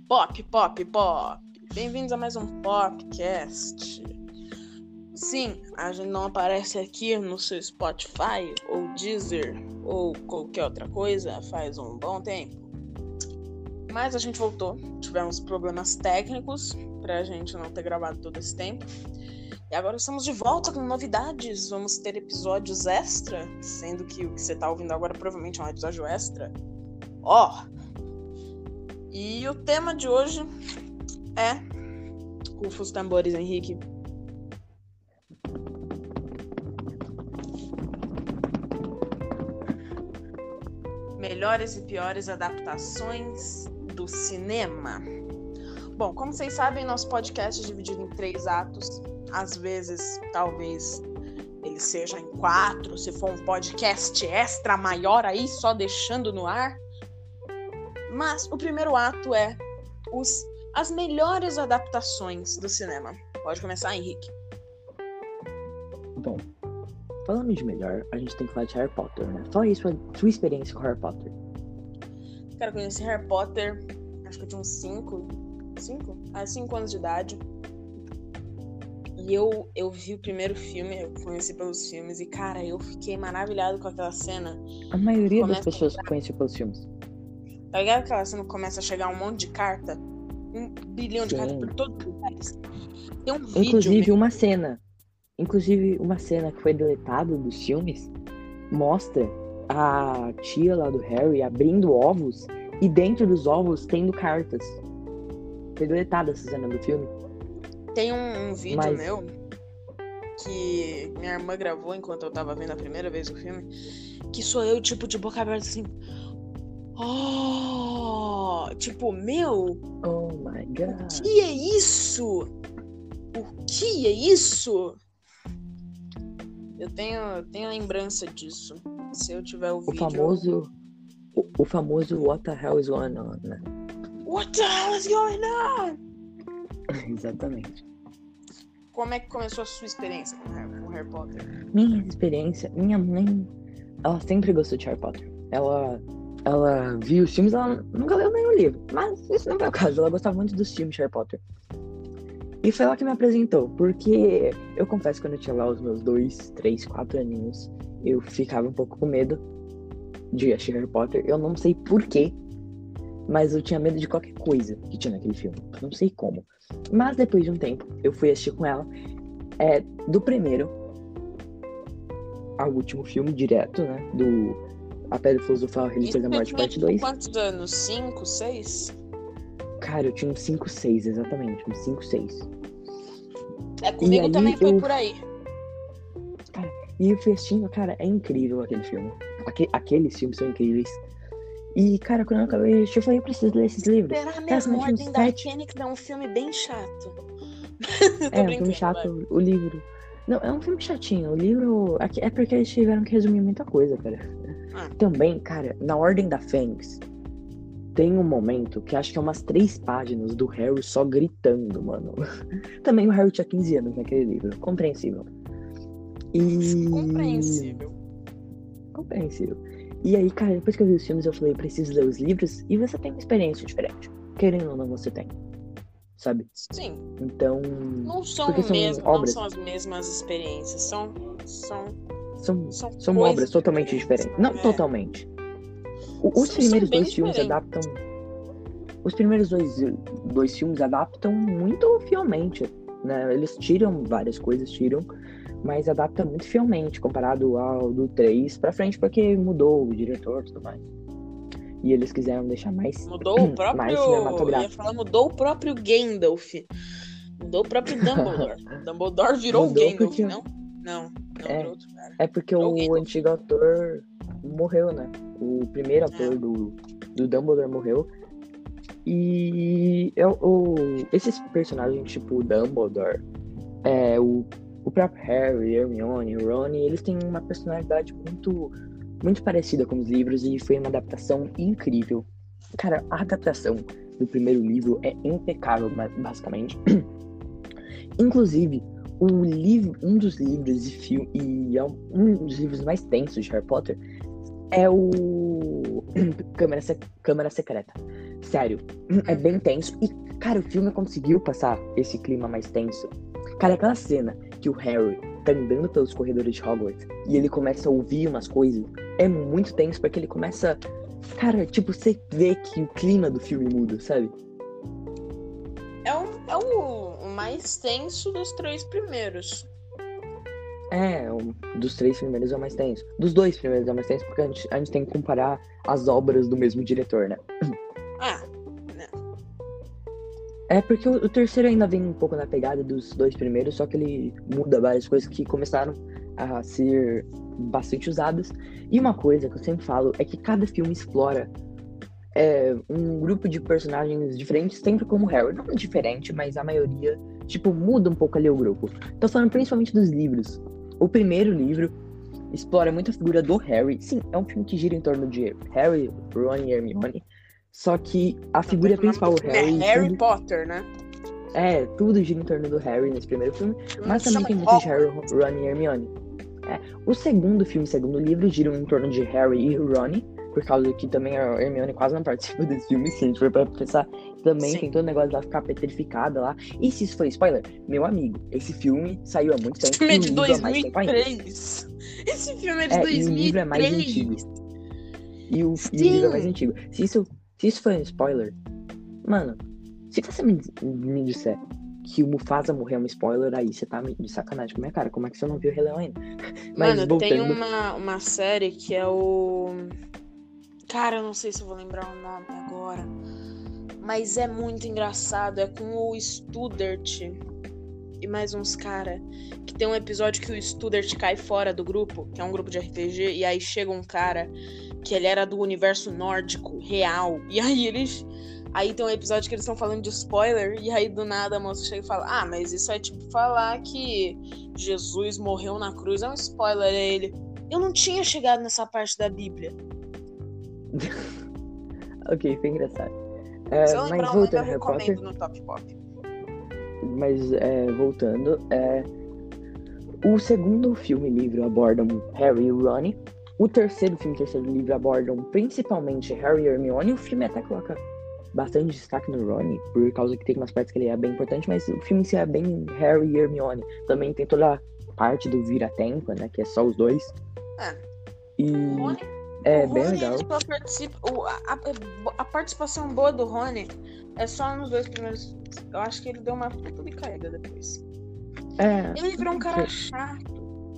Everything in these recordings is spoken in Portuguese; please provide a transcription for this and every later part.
Pop, pop, pop. Bem-vindos a mais um Popcast. Sim, a gente não aparece aqui no seu Spotify ou Deezer ou qualquer outra coisa faz um bom tempo. Mas a gente voltou. Tivemos problemas técnicos pra gente não ter gravado todo esse tempo. E agora estamos de volta com novidades. Vamos ter episódios extra, sendo que o que você tá ouvindo agora provavelmente é um episódio extra. E o tema de hoje é... Rufa os tambores, Henrique. Melhores e piores adaptações do cinema. Bom, como vocês sabem, nosso podcast é dividido em 3 atos. Às vezes, talvez ele seja em 4, se for um podcast extra maior aí, só deixando no ar. Mas o primeiro ato é as melhores adaptações do cinema. Pode começar, Henrique. Bom, falando de melhor, a gente tem que falar de Harry Potter, né? Fala aí sua experiência com Harry Potter. Cara, eu conheci Harry Potter, acho que eu tinha uns 5 anos de idade. E eu vi o primeiro filme, eu conheci pelos filmes, e cara, eu fiquei maravilhado com aquela cena. A maioria das pessoas conhece pelos filmes. Tá ligado aquela cena que começa a chegar um monte de carta? 1 bilhão de cartas por todos os lugares. Tem um vídeo... Inclusive, uma cena que foi deletada dos filmes mostra a tia lá do Harry abrindo ovos e dentro dos ovos tendo cartas. Foi deletada essa cena do filme. Tem um vídeo meu que minha irmã gravou enquanto eu tava vendo a primeira vez o filme, que sou eu, tipo, de boca aberta assim... Tipo, meu... Oh my God. O que é isso? O que é isso? Eu tenho a lembrança disso. Se eu tiver o vídeo... O famoso What the hell is going on, né? What the hell is going on? Exatamente. Como é que começou a sua experiência com Harry Potter? Minha experiência... Minha mãe... Ela sempre gostou de Harry Potter. Ela viu os filmes, ela nunca leu nenhum livro. Mas isso não é o caso, ela gostava muito dos filmes de Harry Potter. E foi ela que me apresentou, porque eu confesso que quando eu tinha lá os meus 2, 3, 4 aninhos, eu ficava um pouco com medo de assistir Harry Potter. Eu não sei porquê, mas eu tinha medo de qualquer coisa que tinha naquele filme. Não sei como. Mas depois de um tempo, eu fui assistir com ela, do primeiro ao último filme direto, né, do A Pedra Filosofal, A Relíquia da Morte, parte 2. Quantos anos? 5, 6? Cara, eu tinha uns 5, 6, exatamente. Uns 5, 6. Comigo também foi por aí. Cara, e eu fui assistindo, cara, é incrível aquele filme. Aqueles filmes são incríveis. E, cara, quando eu acabei de assistir, eu falei, eu preciso ler esses livros. Esperar mesmo, Ordem da Fênix é um filme bem chato. Um filme chato, o livro... Não, é um filme chatinho. O livro... É porque eles tiveram que resumir muita coisa, cara. Também, cara, na Ordem da Fênix tem um momento que acho que é umas 3 páginas do Harry só gritando, mano. Também o Harry tinha 15 anos naquele livro. Compreensível. Compreensível. E aí, cara, depois que eu vi os filmes, eu falei, preciso ler os livros. E você tem uma experiência diferente. Querendo ou não, você tem. Sabe? Sim. Então... Não são as mesmas experiências. São obras totalmente diferentes. Não totalmente. Os primeiros 2 filmes adaptam... Os primeiros dois filmes adaptam muito fielmente, né? Eles tiram várias coisas, mas adaptam muito fielmente comparado ao do 3 pra frente, porque mudou o diretor e tudo mais. E eles quiseram deixar mais Mudou o próprio... mais cinematográfico. Eu ia falar, mudou o próprio Gandalf. Mudou o próprio Dumbledore. Dumbledore virou o Gandalf, porque... não? Não, virou outro cara. É porque o antigo ator morreu, né? O primeiro ator do Dumbledore morreu. E esses personagens, tipo o Dumbledore, o próprio Harry, Hermione, o Ron, eles têm uma personalidade muito, muito parecida com os livros e foi uma adaptação incrível. Cara, a adaptação do primeiro livro é impecável, basicamente. Inclusive, um dos livros e é um dos livros mais tensos de Harry Potter é o Câmara Secreta. Sério, é bem tenso. E, cara, o filme conseguiu passar esse clima mais tenso. Cara, aquela cena que o Harry tá andando pelos corredores de Hogwarts e ele começa a ouvir umas coisas, é muito tenso, porque ele começa... Cara, tipo, você vê que o clima do filme muda, sabe? É o mais tenso dos 3 primeiros. Dos 3 primeiros é o mais tenso. Dos 2 primeiros é o mais tenso, porque a gente tem que comparar as obras do mesmo diretor, né? Né? É porque o terceiro ainda vem um pouco na pegada dos 2 primeiros, só que ele muda várias coisas que começaram a ser bastante usadas. E uma coisa que eu sempre falo é que cada filme explora um grupo de personagens diferentes, sempre como Harry. Não diferente, mas a maioria, tipo, muda um pouco ali o grupo. Tô falando principalmente dos livros. O primeiro livro explora muito a figura do Harry. Sim, é um filme que gira em torno de Harry, Ron e Hermione. Só que a figura principal, o Harry... É Harry Potter, né? Tudo gira em torno do Harry nesse primeiro filme. Mas também tem muito de Harry, Ron e Hermione. O segundo filme, segundo livro, gira em torno de Harry e Ron. Por causa que também a Hermione quase não participa desse filme, se a gente for pra pensar. Também tem todo o negócio dela ficar petrificada lá. E se isso foi spoiler, meu amigo, esse filme saiu há muito tempo. Esse filme é de 2003. Esse filme é de 2003. E o livro é mais antigo. E o livro é mais antigo. Se isso foi um spoiler, mano, se você me disser que o Mufasa morreu é um spoiler, aí você tá de sacanagem com a minha cara. Como é que você não viu o Rei Leão ainda? Mas, mano, voltando... tem uma série que é o... Cara, eu não sei se eu vou lembrar o nome agora. Mas é muito engraçado. É com o Studart e mais uns cara. Que tem um episódio que o Studart cai fora do grupo, que é um grupo de RPG, e aí chega um cara que ele era do universo nórdico, real. E aí Aí tem um episódio que eles estão falando de spoiler, e aí do nada a moça chega e fala: mas isso é tipo falar que Jesus morreu na cruz. É um spoiler. Aí ele: eu não tinha chegado nessa parte da Bíblia. Ok, foi engraçado. Se eu lembrar o nome, eu recomendo no Top Pop. Mas voltando, o segundo filme livro abordam Harry e Ron. O terceiro livro abordam principalmente Harry e Hermione. O filme até coloca bastante destaque no Ron, por causa que tem umas partes que ele é bem importante, mas o filme em si é bem Harry e Hermione. Também tem toda a parte do vira-tempo, né, que é só os dois. E Rony, bem legal. A participação boa do Rony é só nos 2 primeiros. Eu acho que ele deu uma puta de caída depois. Ele virou um cara chato.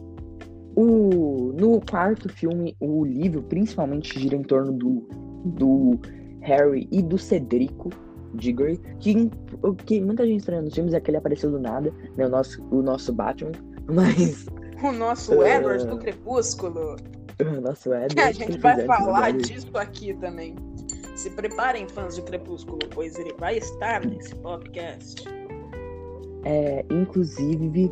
No quarto filme, o livro principalmente gira em torno do Harry e do Cedrico Diggory, que muita gente estranha nos filmes é que ele apareceu do nada, né, o nosso Batman, mas... O nosso Edward do Crepúsculo. O nosso Edward. A gente vai falar disso aqui também. Se preparem, fãs de Crepúsculo, pois ele vai estar nesse podcast. Inclusive...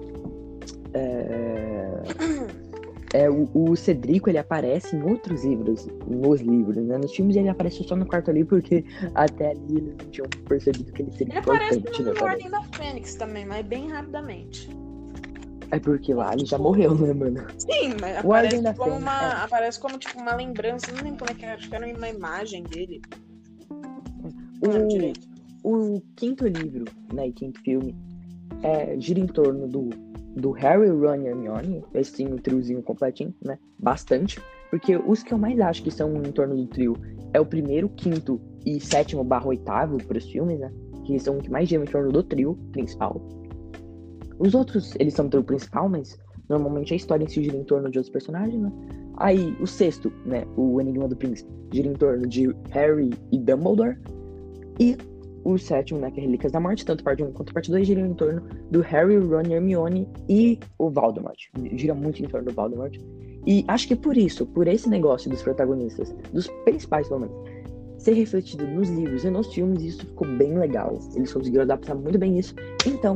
o Cedrico, ele aparece em outros livros, nos livros, né? Nos filmes ele apareceu só no quarto ali, porque até ali eles não tinham percebido que ele seria importante. Ele aparece no Ordem da Fênix também, mas bem rapidamente. É porque lá ele já morreu, né, mano? Sim, mas aparece como tipo uma lembrança, não lembro como é que era, acho que era uma imagem dele. O quinto livro, né, e quinto filme, gira em torno do Harry, Ron e Hermione, assim, o triozinho completinho, né, bastante, porque os que eu mais acho que são em torno do trio é o primeiro, quinto e sétimo / oitavo pros filmes, né, que são os que mais giram em torno do trio principal. Os outros, eles são o trio principal, mas normalmente a história em si gira em torno de outros personagens, né. Aí, o sexto, né, o Enigma do Príncipe, gira em torno de Harry e Dumbledore, e o sétimo, né, que é Relíquias da Morte, tanto parte 1 quanto parte 2, gira em torno do Harry, Ron, Hermione e o Voldemort. Gira muito em torno do Voldemort. E acho que por esse negócio dos protagonistas, dos principais pelo menos, ser refletido nos livros e nos filmes, isso ficou bem legal. Eles conseguiram adaptar muito bem isso. Então,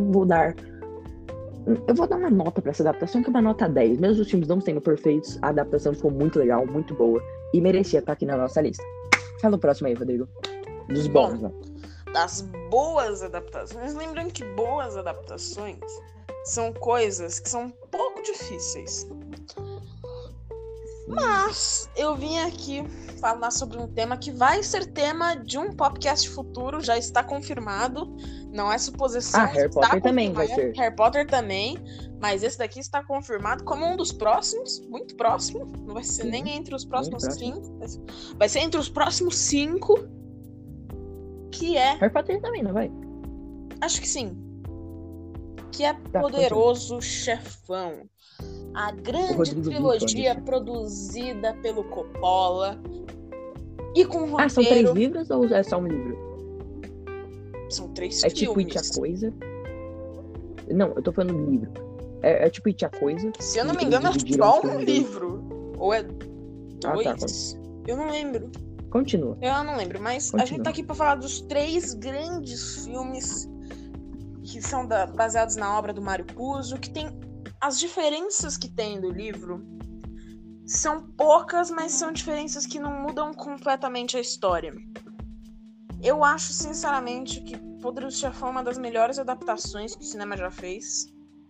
eu vou dar uma nota pra essa adaptação, que é uma nota 10. Mesmo os filmes não sendo perfeitos, a adaptação ficou muito legal, muito boa, e merecia estar aqui na nossa lista. Fala o próximo aí, Rodrigo. Dos bons, né? Das boas adaptações. Lembrando que boas adaptações são coisas que são um pouco difíceis. Mas eu vim aqui falar sobre um tema que vai ser tema de um podcast futuro, já está confirmado. Não é suposição. Harry Potter também vai ser. Harry Potter também, mas esse daqui está confirmado como um dos próximos, muito próximo. Não vai ser nem entre os próximos 5. Vai ser entre os próximos 5. Que é. Harry Potter também, não vai? Acho que sim. Que é Poderoso Chefão. A grande trilogia produzida pelo Coppola. E com roteiro... são 3 livros ou é só um livro? São 3 filmes. É tipo It a Coisa? Não, eu tô falando do livro. É tipo It a Coisa. Se eu não me engano, é só um livro. Ou é 2? Tá. Eu não lembro. Continua. Eu não lembro, mas a gente tá aqui pra falar dos 3 grandes filmes que são baseados na obra do Mário Puzo, que tem as diferenças que tem do livro são poucas, mas são diferenças que não mudam completamente a história. Eu acho, sinceramente, que Poderoso Chefão é uma das melhores adaptações que o cinema já fez.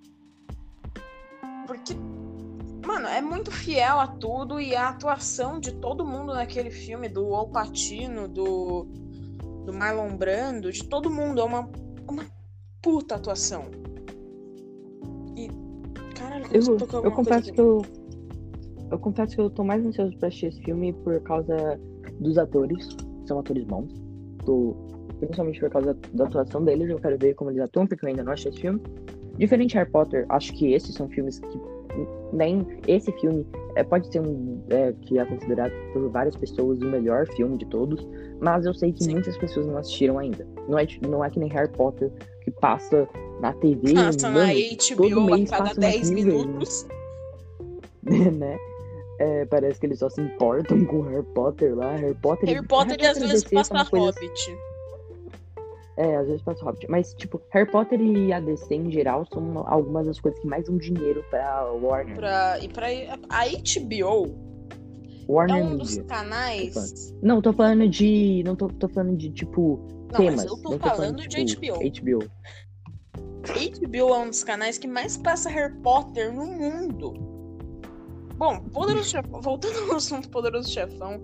Porque, mano, é muito fiel a tudo, e a atuação de todo mundo naquele filme, do Al Pacino, do Marlon Brando, de todo mundo, é uma puta atuação. E, caralho, eu confesso que eu tô mais ansioso pra assistir esse filme por causa dos atores. São atores bons. Principalmente por causa da atuação deles. Eu quero ver como eles atuam, porque eu ainda não achei esse filme. Diferente de Harry Potter, acho que esses são filmes que nem esse filme pode ser que é considerado por várias pessoas o melhor filme de todos, mas eu sei que muitas pessoas não assistiram ainda. Não é que nem Harry Potter, que passa na TV, passa na HBO todo mês a cada 10 minutos. Né? Parece que eles só se importam com Harry Potter lá. Harry Potter e às vezes passa Hobbit. Às vezes passa Hobbit. Mas, tipo, Harry Potter e a DC em geral são algumas das coisas que mais dão dinheiro pra Warner. E pra a HBO Warner é um Media. dos canais... Não, tô falando de... Não tô falando de, tipo, temas. Mas eu tô falando de tipo, HBO. HBO é um dos canais que mais passa Harry Potter no mundo. Bom, Poderoso Chefão, voltando ao assunto Poderoso Chefão,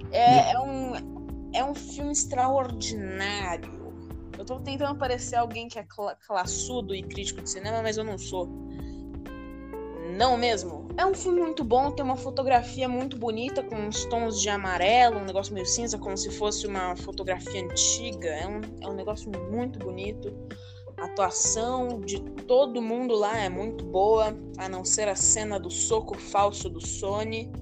é um filme extraordinário. Eu tô tentando parecer alguém que é classudo e crítico de cinema, mas eu não sou. Não mesmo. É um filme muito bom, tem uma fotografia muito bonita, com uns tons de amarelo, um negócio meio cinza, como se fosse uma fotografia antiga. É um negócio muito bonito. A atuação de todo mundo lá é muito boa, a não ser a cena do soco falso do Sony,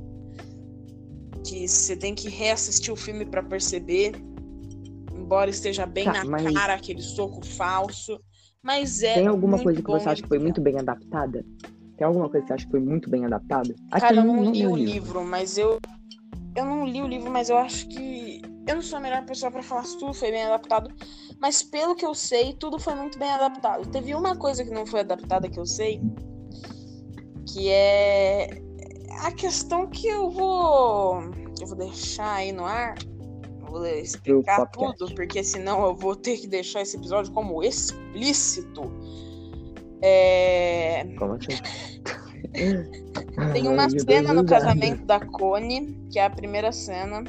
que você tem que reassistir o filme pra perceber, embora esteja bem cara aquele soco falso, mas tem alguma coisa que você acha que foi muito bem adaptada? Tem alguma coisa que você acha que foi muito bem adaptada? Cara, eu não li o livro, mas eu não li o livro, mas eu acho que eu não sou a melhor pessoa pra falar se tudo foi bem adaptado, mas pelo que eu sei, tudo foi muito bem adaptado. Teve uma coisa que não foi adaptada que eu sei, que é a questão que eu vou deixar aí no ar. Eu vou explicar tudo, porque senão eu vou ter que deixar esse episódio como explícito. Como assim? Tem uma cena no casamento da Connie, que é a primeira cena,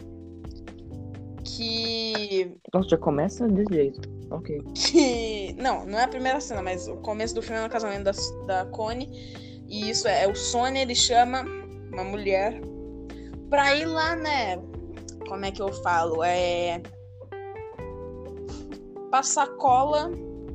que... Nossa, já começa desse jeito. Ok. Não é a primeira cena, mas o começo do filme é no casamento da Connie. E isso o Sony, ele chama uma mulher pra ir lá, né? Como é que eu falo? Passar cola,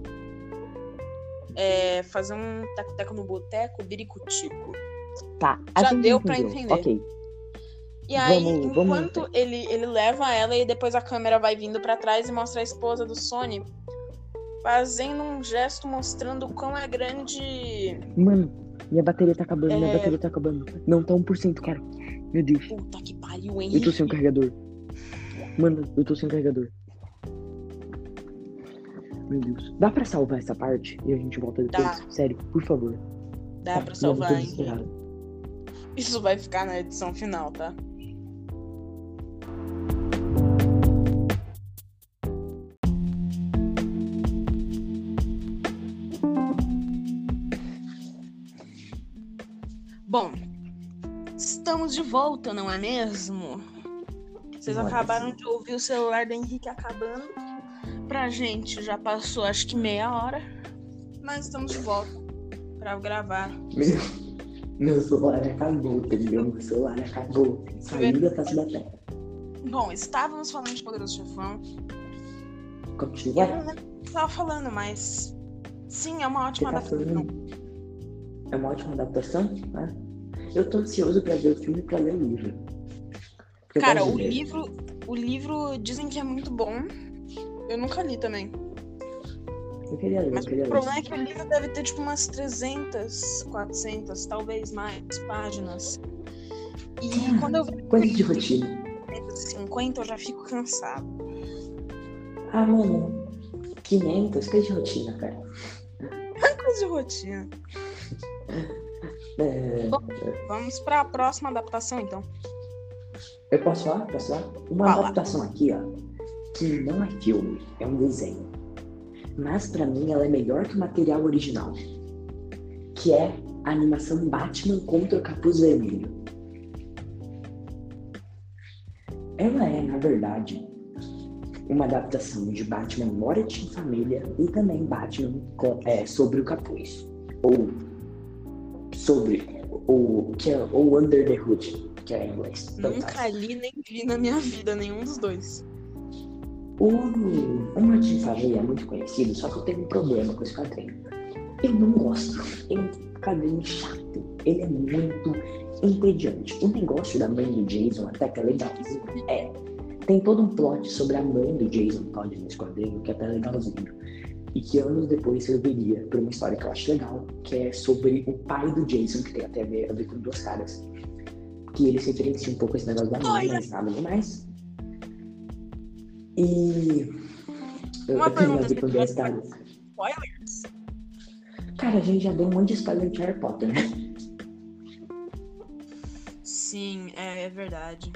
fazer um teco-teco no boteco, biricutico. Tá. Já deu pra entender. Ok. E aí, enquanto ele leva ela, e depois a câmera vai vindo pra trás e mostra a esposa do Sony fazendo um gesto mostrando o quão é grande. Mano, minha bateria tá acabando, Não, tá 1%, cara. Meu Deus. Puta que pariu, Henrique. Eu tô sem um carregador. Mano, eu tô sem carregador. Meu Deus. Dá pra salvar essa parte e a gente volta depois? Dá. Sério, por favor. Dá pra salvar, Henrique. Isso vai ficar na edição final, tá? Bom, Estamos de volta, não é mesmo? Vocês acabaram de ouvir o celular do Henrique acabando. Pra gente já passou acho que meia hora. Mas estamos de volta pra gravar. Meu celular acabou, entendeu? Meu celular acabou. Saiu da face da terra. Bom, estávamos falando de Poderoso Chefão. Continua? Eu não lembro o que eu tava falando, mas sim, é uma ótima adaptação. É uma ótima adaptação, né? Eu tô ansioso pra ver o filme e pra ler o livro. Cara, o livro dizem que é muito bom. Eu nunca li também. Eu queria ler, Mas o problema é que o livro deve ter tipo umas 300, 400, talvez mais páginas. E quando eu vejo coisa de rotina. 50, eu já fico cansado. Ah, mano, 500, coisa de rotina, cara. Coisa de rotina. Bom, vamos para a próxima adaptação, então. Eu posso falar? Uma adaptação aqui, ó, que não é filme, é um desenho. Mas pra mim ela é melhor que o material original, que é a animação Batman contra o Capuz Vermelho. Ela é, na verdade, uma adaptação de Batman Morte em Família e também Batman sobre o capuz. Ou sobre ou Under the Hood, que é em inglês. Nunca li nem vi na minha vida nenhum dos dois. O Morte em Família é muito conhecido, só que eu tenho um problema com esse quadrinho. Eu não gosto. É um quadrinho chato. Ele é muito entediante. O negócio da mãe do Jason até que é legalzinho. Tem todo um plot sobre a mãe do Jason Todd nesse quadrinho, que é até legalzinho. E que anos depois serviria para uma história que eu acho legal, que é sobre o pai do Jason, que tem até a ver com duas caras. Que ele se referencia um pouco a esse negócio da mãe, mas nada demais. E uma pergunta, com duas caras. Spoilers? Cara, a gente já deu um monte de spoiler de Harry Potter, né? Sim, é verdade.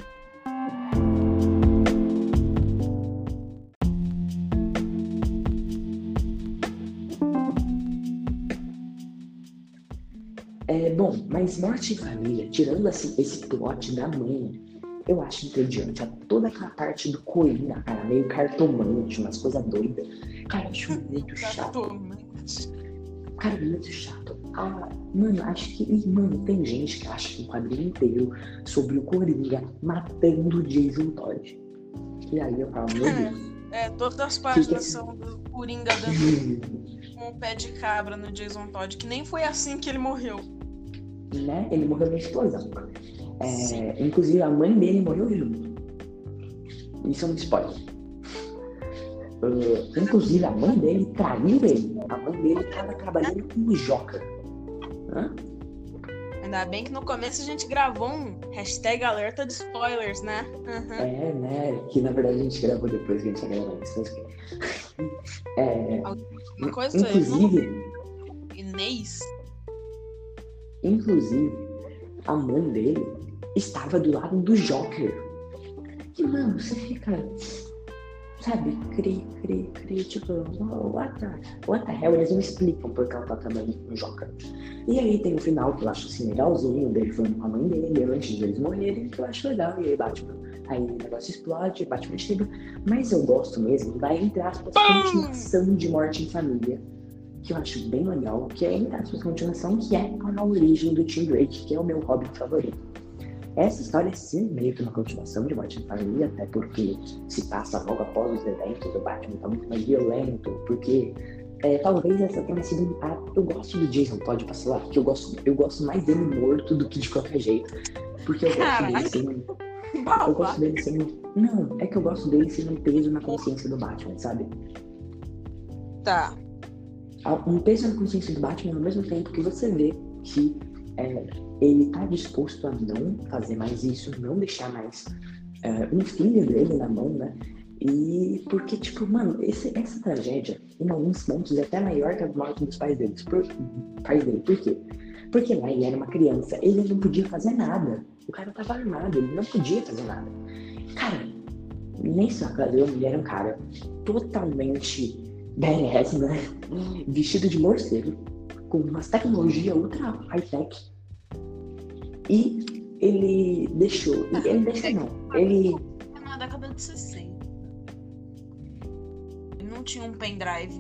Bom, mas Morte em Família, tirando assim, esse plot da mãe, eu acho entediante. Toda aquela parte do Coringa, cara, meio cartomante, umas coisas doidas. Cara, eu acho muito chato. Cara, muito chato. Mano, acho que... Mano, tem gente que acha um quadrinho inteiro sobre o Coringa matando o Jason Todd. E aí eu falo, meu Deus. Todas as páginas são do Coringa dando um pé de cabra no Jason Todd, que nem foi assim que ele morreu. Né? Ele morreu na explosão. Inclusive, a mãe dele morreu junto. Isso é um spoiler. Inclusive, a mãe dele traiu ele. A mãe dele tava trabalhando com o Joker. Ainda bem que no começo a gente gravou um #alerta de spoilers, né? Uhum. Né? Que na verdade a gente gravou depois que a gente gravou isso. Uma coisa inclusive, Inês. Inclusive, a mãe dele estava do lado do Joker. E, mano, você fica, sabe, tipo, what the hell? Eles não explicam porque ela tá trabalhando com o Joker. E aí tem o final que eu acho assim legalzinho, dele falando com a mãe dele antes deles morrerem, que eu acho legal. E aí Batman, aí o negócio explode, Batman chega. Mas eu gosto mesmo da, entre aspas, continuação de Morte em Família, que eu acho bem legal, que é, entre aspas, continuação, que é a origem do Tim Drake, que é o meu Robin favorito. Essa história é sim meio que uma continuação de Morte em Família, até porque se passa logo após os eventos, o Batman tá muito mais violento, porque talvez essa tenha sido eu gosto do Jason Todd, pra sei lá, porque eu gosto mais dele morto do que de qualquer jeito, porque eu gosto dele sendo... Eu gosto dele sendo... Não, é que eu gosto dele sendo um peso na consciência do Batman, sabe? Tá. Um peso na consciência do Batman ao mesmo tempo que você vê que ele tá disposto a não fazer mais isso, não deixar mais um filho dele na mão, né? E porque, tipo, mano, essa tragédia, em alguns pontos, é até maior que a morte dos pais dele. Por quê? Porque lá ele era uma criança, ele não podia fazer nada. O cara tava armado, ele não podia fazer nada. Cara, nesse ocasião, ele era um cara totalmente badass, né? Vestido de morcego, com umas tecnologias ultra high-tech. E ele deixou. E ele deixou não. Ele. Na década de 60. Ele não tinha um pendrive.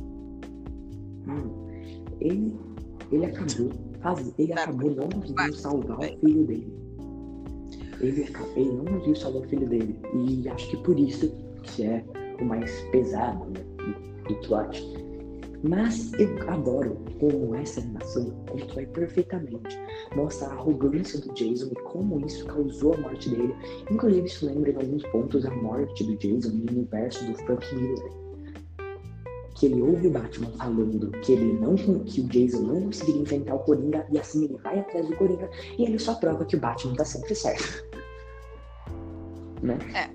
Ele acabou não conseguindo salvar o filho dele. Ele não conseguiu salvar o filho dele. E acho que por isso que é o mais pesado, né, do plot. Mas eu adoro como essa animação constrói perfeitamente. Mostra a arrogância do Jason e como isso causou a morte dele. Inclusive isso lembra em alguns pontos a morte do Jason no universo do Frank Miller. Que ele ouve o Batman falando que o Jason não conseguiria enfrentar o Coringa e assim ele vai atrás do Coringa e ele só prova que o Batman tá sempre certo. Né?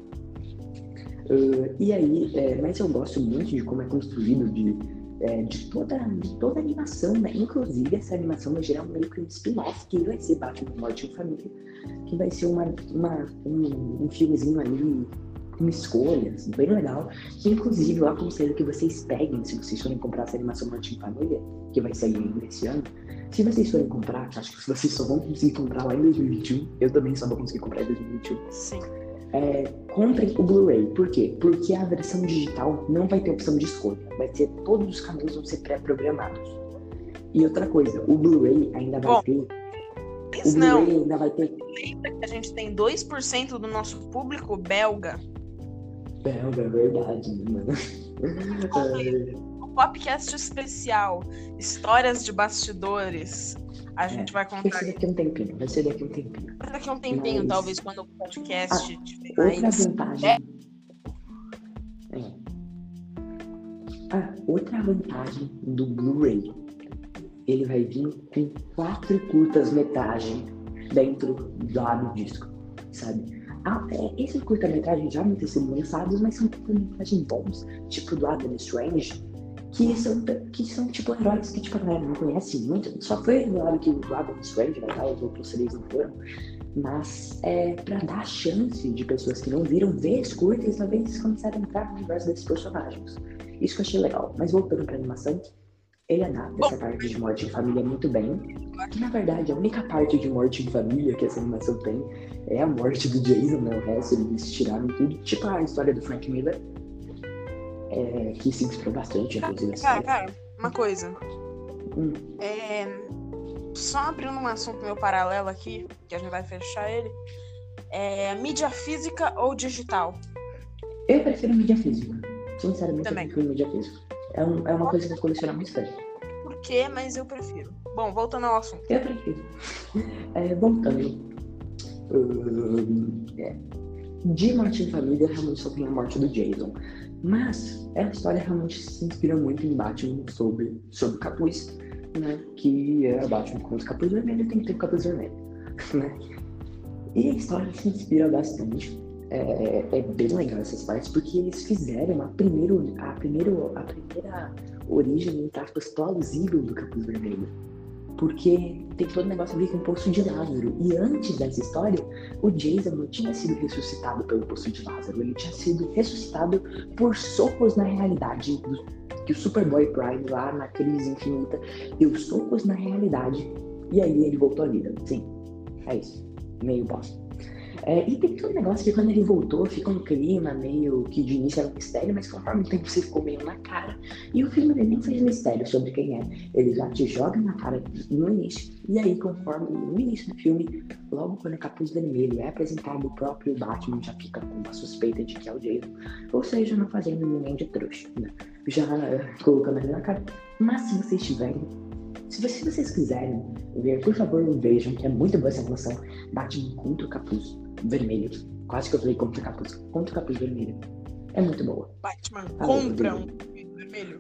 E aí, mas eu gosto muito de como é construído de toda a animação, né? Inclusive essa animação vai gerar meio que um spin-off que vai ser Batman Morte em Família, que vai ser um filmezinho ali com escolhas, bem legal, que inclusive eu aconselho que vocês peguem, se vocês forem comprar essa animação Morte em Família, que vai sair ainda esse ano. Se vocês forem comprar, acho que vocês só vão conseguir comprar lá em 2021, eu também só vou conseguir comprar em 2021. Sim. Comprem o Blu-ray. Por quê? Porque a versão digital não vai ter opção de escolha. Vai ser, todos os caminhos vão ser pré-programados. E outra coisa, o Blu-ray ainda vai ter... Ainda vai ter... Lembra que a gente tem 2% do nosso público belga? Belga, é verdade, mano. O podcast especial, histórias de bastidores. A gente vai contar. Vai ser daqui a um tempinho. Daqui a um tempinho, mas... talvez, quando o podcast tiver outra vantagem do Blu-ray. Ele vai vir com 4 curtas-metragens dentro do disco, sabe? Esses curta-metragens já vão ter sido lançados, mas são curta-metragens bons, tipo do Adam Strange, que são tipo heróis que tipo, a galera não conhece muito. Só foi revelado que o Adam Strange vai estar, os outros 3 não foram. Mas pra dar a chance de pessoas que não viram ver as curtas, talvez eles começarem a entrar no universo desses personagens. Isso que eu achei legal. Mas voltando pra animação, ele adapta essa parte de Morte em Família muito bem. Que na verdade a única parte de Morte em Família que essa animação tem é a morte do Jason, né? O resto eles tiraram tudo. Tipo a história do Frank Miller. Que se inspirou bastante, inclusive. Cara, uma coisa. Só abrindo um assunto meu paralelo aqui, que a gente vai fechar ele. Mídia física ou digital? Eu prefiro mídia física. Sinceramente, também. Eu prefiro mídia física. É uma coisa que eu coleciono há muito tempo. Por quê? Mas eu prefiro. Bom, voltando ao assunto. Eu prefiro. Voltando. De Morte em Família, realmente só tem a morte do Jason. Mas a história realmente se inspira muito em Batman sobre o capuz, né? Que é Batman contra o capuz vermelho, tem que ter o capuz vermelho, né? E a história se inspira bastante. É bem legal essas partes, porque eles fizeram a primeira origem, entre aspas, plausível do capuz vermelho. Porque tem todo o negócio a ver com o Poço de Lázaro. E antes dessa história, o Jason não tinha sido ressuscitado pelo Poço de Lázaro. Ele tinha sido ressuscitado por socos na realidade. Que o Superboy Prime, lá na crise infinita, deu socos na realidade. E aí ele voltou à vida. Sim, é isso. Meio bosta. E tem todo um negócio que quando ele voltou, fica um clima meio que de início era um mistério, mas conforme o tempo se ficou meio na cara. E o filme ele nem fez mistério sobre quem é. Ele já te joga na cara no início. E aí, conforme no início do filme, logo quando o capuz vermelho é apresentado, o próprio Batman já fica com uma suspeita de que é o Jason. Ou seja, não fazendo ninguém de trouxa, né? Já colocando ele na cara. Mas se vocês tiverem, se vocês quiserem ver, por favor, vejam que é muito boa essa relação Batman contra o capuz vermelho. Quase que eu falei contra o capuz vermelho. É muito boa. Batman contra um capuz vermelho.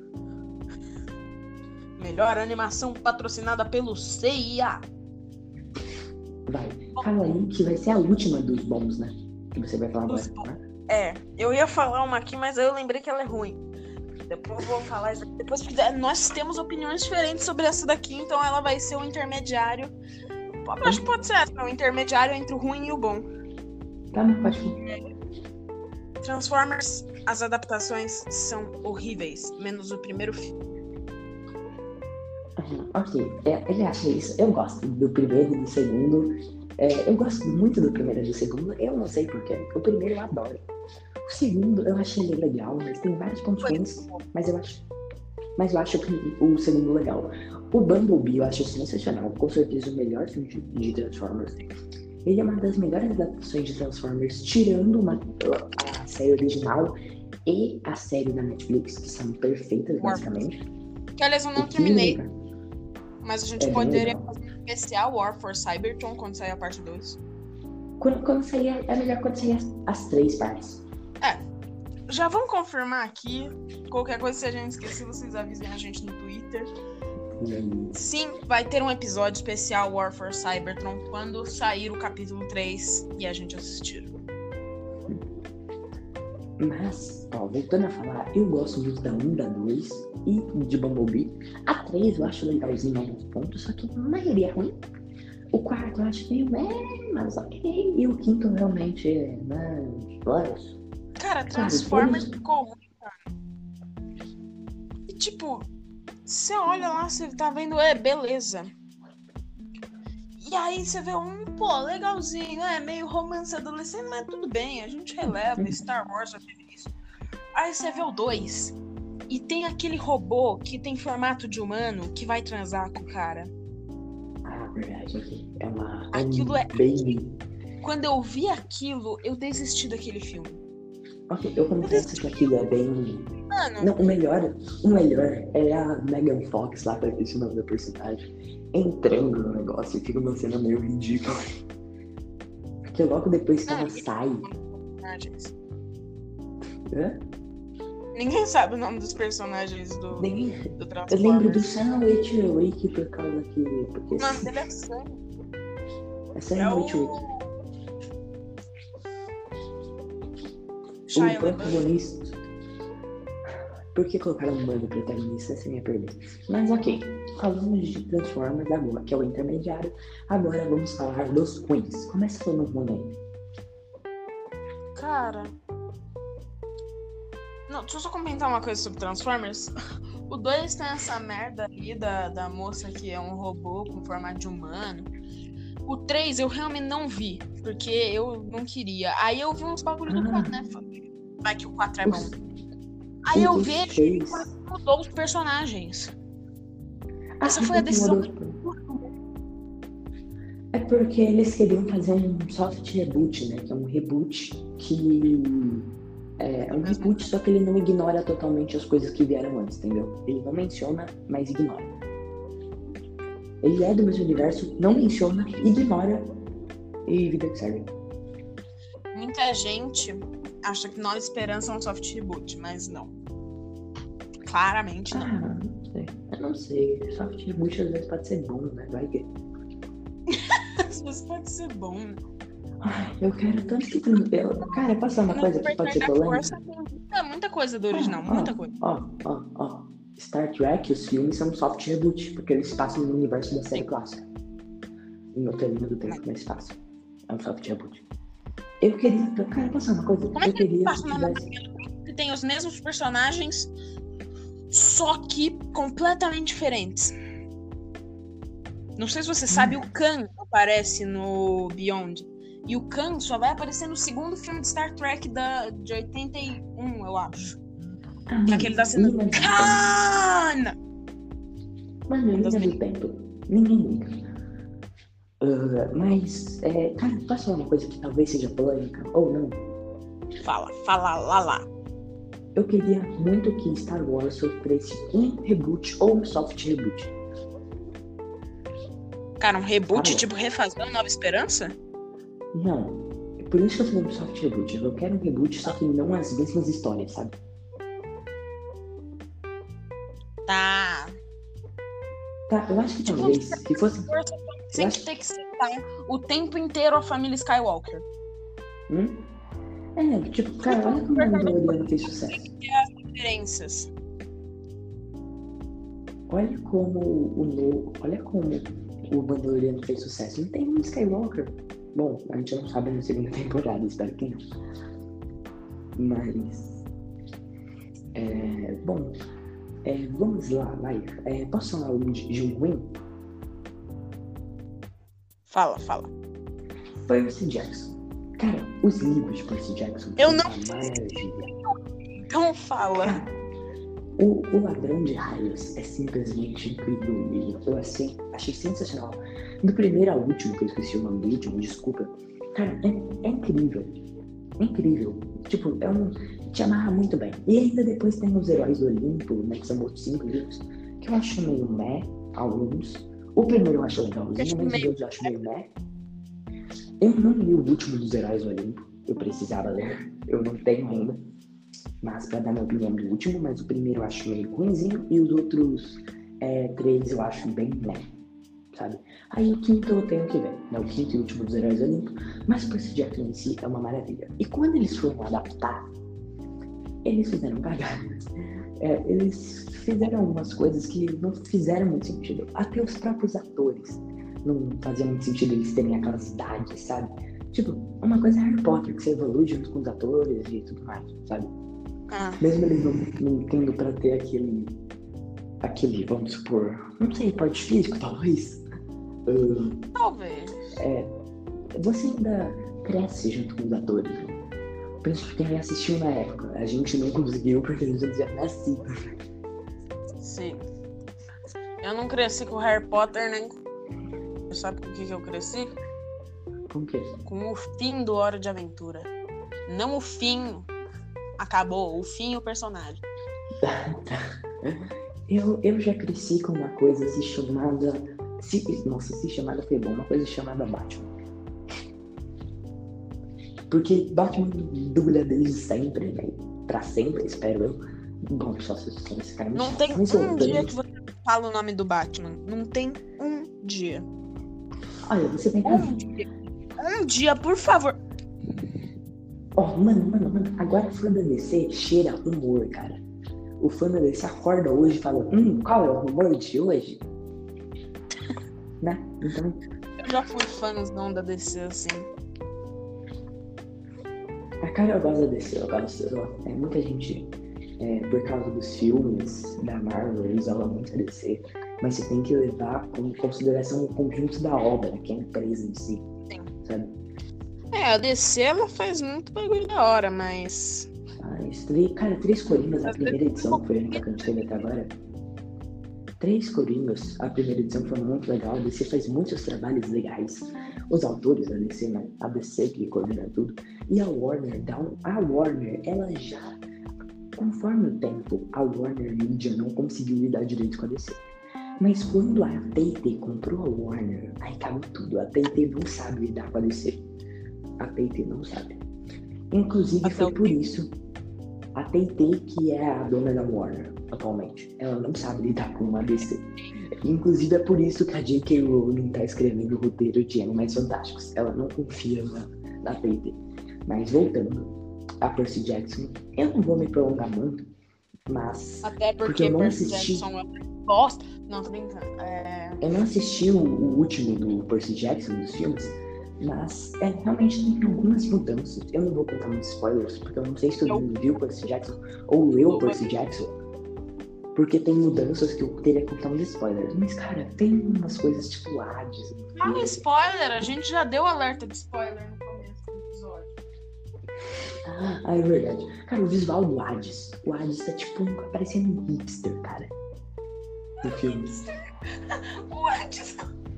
Melhor animação patrocinada pelo CIA. Vai. Fala aí que vai ser a última dos bons, né? Que você vai falar agora, né? Eu ia falar uma aqui, mas eu lembrei que ela é ruim. Depois eu vou falar. Depois, porque nós temos opiniões diferentes sobre essa daqui, então ela vai ser o intermediário. Acho que pode ser essa, o intermediário entre o ruim e o bom. Tá, pode ir. Transformers, as adaptações são horríveis, menos o primeiro filme. Ok, ele acha isso. Eu gosto do primeiro e do segundo. Eu gosto muito do primeiro e do segundo, eu não sei porquê. O primeiro eu adoro. O segundo eu achei ele legal, mas tem vários pontos ruins, mas eu acho que o segundo legal. O Bumblebee eu acho sensacional, com certeza o melhor filme de Transformers. Ele é uma das melhores adaptações de Transformers, tirando a série original e a série da Netflix, que são perfeitas, basicamente. Que aliás eu não terminei, mas a gente poderia fazer um especial War for Cybertron quando sair a parte 2. Quando sair, é melhor quando sair as 3 partes. Já vamos confirmar aqui. Qualquer coisa, se a gente esquecer, vocês avisem a gente no Twitter. Sim, vai ter um episódio especial War for Cybertron quando sair o capítulo 3 e a gente assistir. Mas, voltando a falar, eu gosto muito da 1, da 2 e de Bumblebee. A 3 eu acho legalzinho em alguns pontos, só que a maioria é ruim. O 4 eu acho meio mas ok. E o 5 realmente é mais... Cara, Transformers ficou ruim, cara. E tipo, você olha lá, você tá vendo, beleza. E aí você vê legalzinho, meio romance adolescente, mas tudo bem, a gente releva, Star Wars já teve isso. Aí você vê o 2, e tem aquele robô que tem formato de humano que vai transar com o cara. Verdade, ok. Aquilo é... bem... Quando eu vi aquilo, eu desisti daquele filme. Ok, eu confesso que aquilo é bem... Mano... Não, o melhor é a Megan Fox lá, pra ver o nome da personagem, entrando no negócio e fica uma cena meio ridícula. Porque logo depois que ela sai... Ninguém sabe o nome dos personagens do Transformers. Eu lembro do Sam Witwicky por causa que... O nome dele é Sam. É Sam Witwicky. O protagonista. Por que colocaram um humano protagonista? Essa é a minha pergunta. Mas ok, falamos de Transformers agora, que é o intermediário. Agora vamos falar dos ruins. Começa falando ruim aí. Cara... Não, deixa eu só comentar uma coisa sobre Transformers. O 2 tem essa merda ali da moça que é um robô com formato de humano. O 3 eu realmente não vi, porque eu não queria. Aí eu vi uns bagulho do 4, né? Vai que o 4 é bom. Aí eu vejo que mudou os personagens. Essa foi a decisão. É porque eles queriam fazer um soft reboot, né? Que é um reboot que... É um reboot, só que ele não ignora totalmente as coisas que vieram antes, entendeu? Ele não menciona, mas ignora. Ele é do mesmo universo, não menciona, ignora e vida que segue. Muita gente acha que Nova Esperança é um soft reboot, mas não. Claramente não. Não sei. Eu não sei. Soft reboot às vezes pode ser bom, né? Vai que... Às vezes pode ser bom, né? Eu quero tanto que... Cara, posso falar uma coisa que pode ser polêmica? Muita coisa do original, muita coisa. Star Trek, os filmes são soft reboot, porque eles passam no universo da série clássica. Em outra linha do tempo, mais fácil. É um soft reboot. Eu queria... Cara, posso falar uma coisa? Como é que ele passa numa linha do tempo que tem os mesmos personagens, só que completamente diferentes? Não sei se você sabe, o Khan aparece no Beyond. E o Khan só vai aparecer no segundo filme de Star Trek de 81, eu acho. Que é aquele da cena do Khan! Mano, linha do tempo. Ninguém liga. Mas, cara, posso falar uma coisa que talvez seja polêmica ou não? Fala lá. Eu queria muito que Star Wars sofresse um reboot ou um soft reboot. Cara, um reboot tipo refazendo Nova Esperança? Não, por isso que eu falei um soft reboot. Eu quero um reboot, só que não as mesmas histórias, sabe? Tá, eu acho que talvez, se fosse... Tem que ter que citar o tempo inteiro a família Skywalker. Cara, olha como o Mandaloriano fez sucesso. As diferenças. Olha como o Mandaloriano fez sucesso. Não tem um Skywalker. Bom, a gente não sabe na segunda temporada, espero que não. Mas... vamos lá, vai. Posso falar um de um ruim? Fala. Percy Jackson. Cara, os livros de Percy Jackson Eu são não uma maravilha. Então fala. Cara, o Ladrão de Raios é simplesmente incrível o livro. Eu achei sensacional. Do primeiro ao último, que eu esqueci o nome do último, desculpa. Cara, é incrível. É incrível. Tipo, te amarra muito bem. E ainda depois tem os Heróis do Olimpo, né, que são outros 5 livros, que eu acho meio meh, alguns. O primeiro eu acho legalzinho, mas os outros eu acho meio meh. Eu não li o último dos Heróis do Olimpo. Eu precisava ler. Eu não tenho ainda. Mas pra dar minha opinião do último, mas o primeiro eu acho meio ruimzinho e os outros 3 eu acho bem meh, sabe? Aí o quinto eu tenho que ver, né? O quinto e último dos Heróis do Olimpo. Mas o Percy Jackson em si é uma maravilha. E quando eles foram adaptar, eles fizeram cagada. Eles fizeram algumas coisas que não fizeram muito sentido. Até os próprios atores não fazia muito sentido eles terem aquelas idades, sabe? Tipo, uma coisa é Harry Potter, que você evolui junto com os atores e tudo mais, sabe? Mesmo eles não tendo pra ter aquele, vamos supor, não sei, parte físico, talvez. Talvez. Você ainda cresce junto com os atores. Penso que quem assistiu na época, a gente não conseguiu porque eles já tinham nascido. Sim. Eu não cresci com Harry Potter, nem. Sabe com o que eu cresci? Com o quê? Com o fim do Hora de Aventura. Não o fim. Acabou. O fim e o personagem. Eu já cresci com uma coisa chamada. Se chamada foi bom, uma coisa chamada Batman. Porque Batman dubla desde sempre, né? Pra sempre, espero eu. Bom, só se esse cara não tem um dia que você fala o nome do Batman. Não tem um dia. Olha, você tem um dia, por favor. Mano, agora o fã da DC cheira humor, cara. O fã da DC acorda hoje e fala, qual é o humor de hoje? Né? Então... Eu já fui fãzão da DC, assim. Cara, eu gosto da DC, muita gente, por causa dos filmes da Marvel, usava muito a DC, mas você tem que levar em consideração o conjunto da obra, que é a empresa em si, sabe? A DC, ela faz muito bagulho da hora, mas... Cara, 3 Coringas, a primeira edição, que foi a única que a gente teve até agora. 3 Coringas, a primeira edição foi muito legal, a DC faz muitos trabalhos legais. Os autores da DC, né? A DC que coordena tudo. E a Warner, ela já... Conforme o tempo, a Warner Media não conseguiu lidar direito com a DC. Mas quando a T&T comprou a Warner, aí caiu tudo. A T&T não sabe lidar com a DC. A T&T não sabe. Inclusive, foi por isso... A T&T, que é a dona da Warner atualmente, ela não sabe lidar com uma DC. Inclusive, é por isso que a J.K. Rowling tá escrevendo o roteiro de Animais Fantásticos. Ela não confia na T&T. Mas voltando a Percy Jackson, eu não vou me prolongar muito, mas... Até porque Percy Jackson é uma bosta. Não, tô brincando. Eu não assisti o último do Percy Jackson, dos filmes, mas realmente tem algumas mudanças. Eu não vou contar muitos spoilers, porque eu não sei se todo mundo viu Percy Jackson ou leu Percy Jackson, porque tem mudanças que eu teria que contar uns spoilers. Mas, cara, tem umas coisas tipo Hades. Spoiler! A gente já deu alerta de spoiler no começo do episódio. É verdade. Cara, o visual do Hades. O Hades tá tipo parecendo um hipster, cara. No filme. O Hades...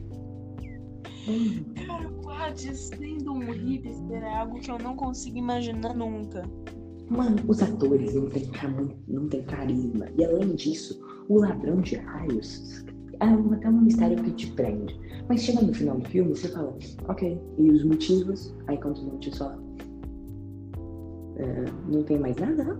Cara, o Hades sendo um hipster é algo que eu não consigo imaginar nunca. Mano, os atores não tem carisma. E além disso, o Ladrão de Raios é até um mistério que te prende. Mas chega no final do filme, você fala, ok, e os motivos? Aí quando os motivos falam, não tem mais nada, não?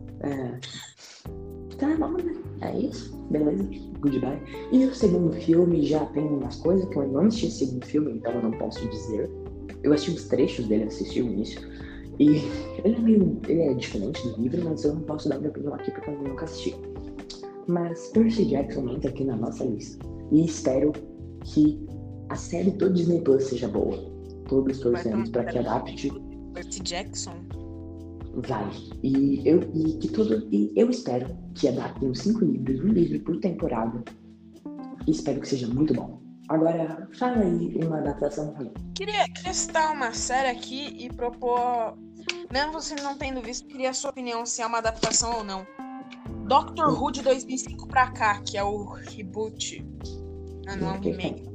Tá bom, né? É isso, beleza, goodbye. E o segundo filme já tem umas coisas que eu não assisti o segundo filme, então eu não posso dizer. Eu assisti uns trechos dele, assisti o início. E ele é diferente do livro, mas eu não posso dar minha opinião aqui porque eu nunca assisti. Mas Percy Jackson entra aqui na nossa lista. E espero que a série do Disney Plus seja boa. Todos torcemos para que adapte. Percy Jackson? Vai. E eu espero que adaptem os 5 livros, um livro por temporada. E espero que seja muito bom. Agora, fala aí uma adaptação ruim. Queria citar uma série aqui e propor, mesmo você não tendo visto, queria a sua opinião se é uma adaptação ou não. Doctor Who de 2005 pra cá, que é o reboot. Não é um remake.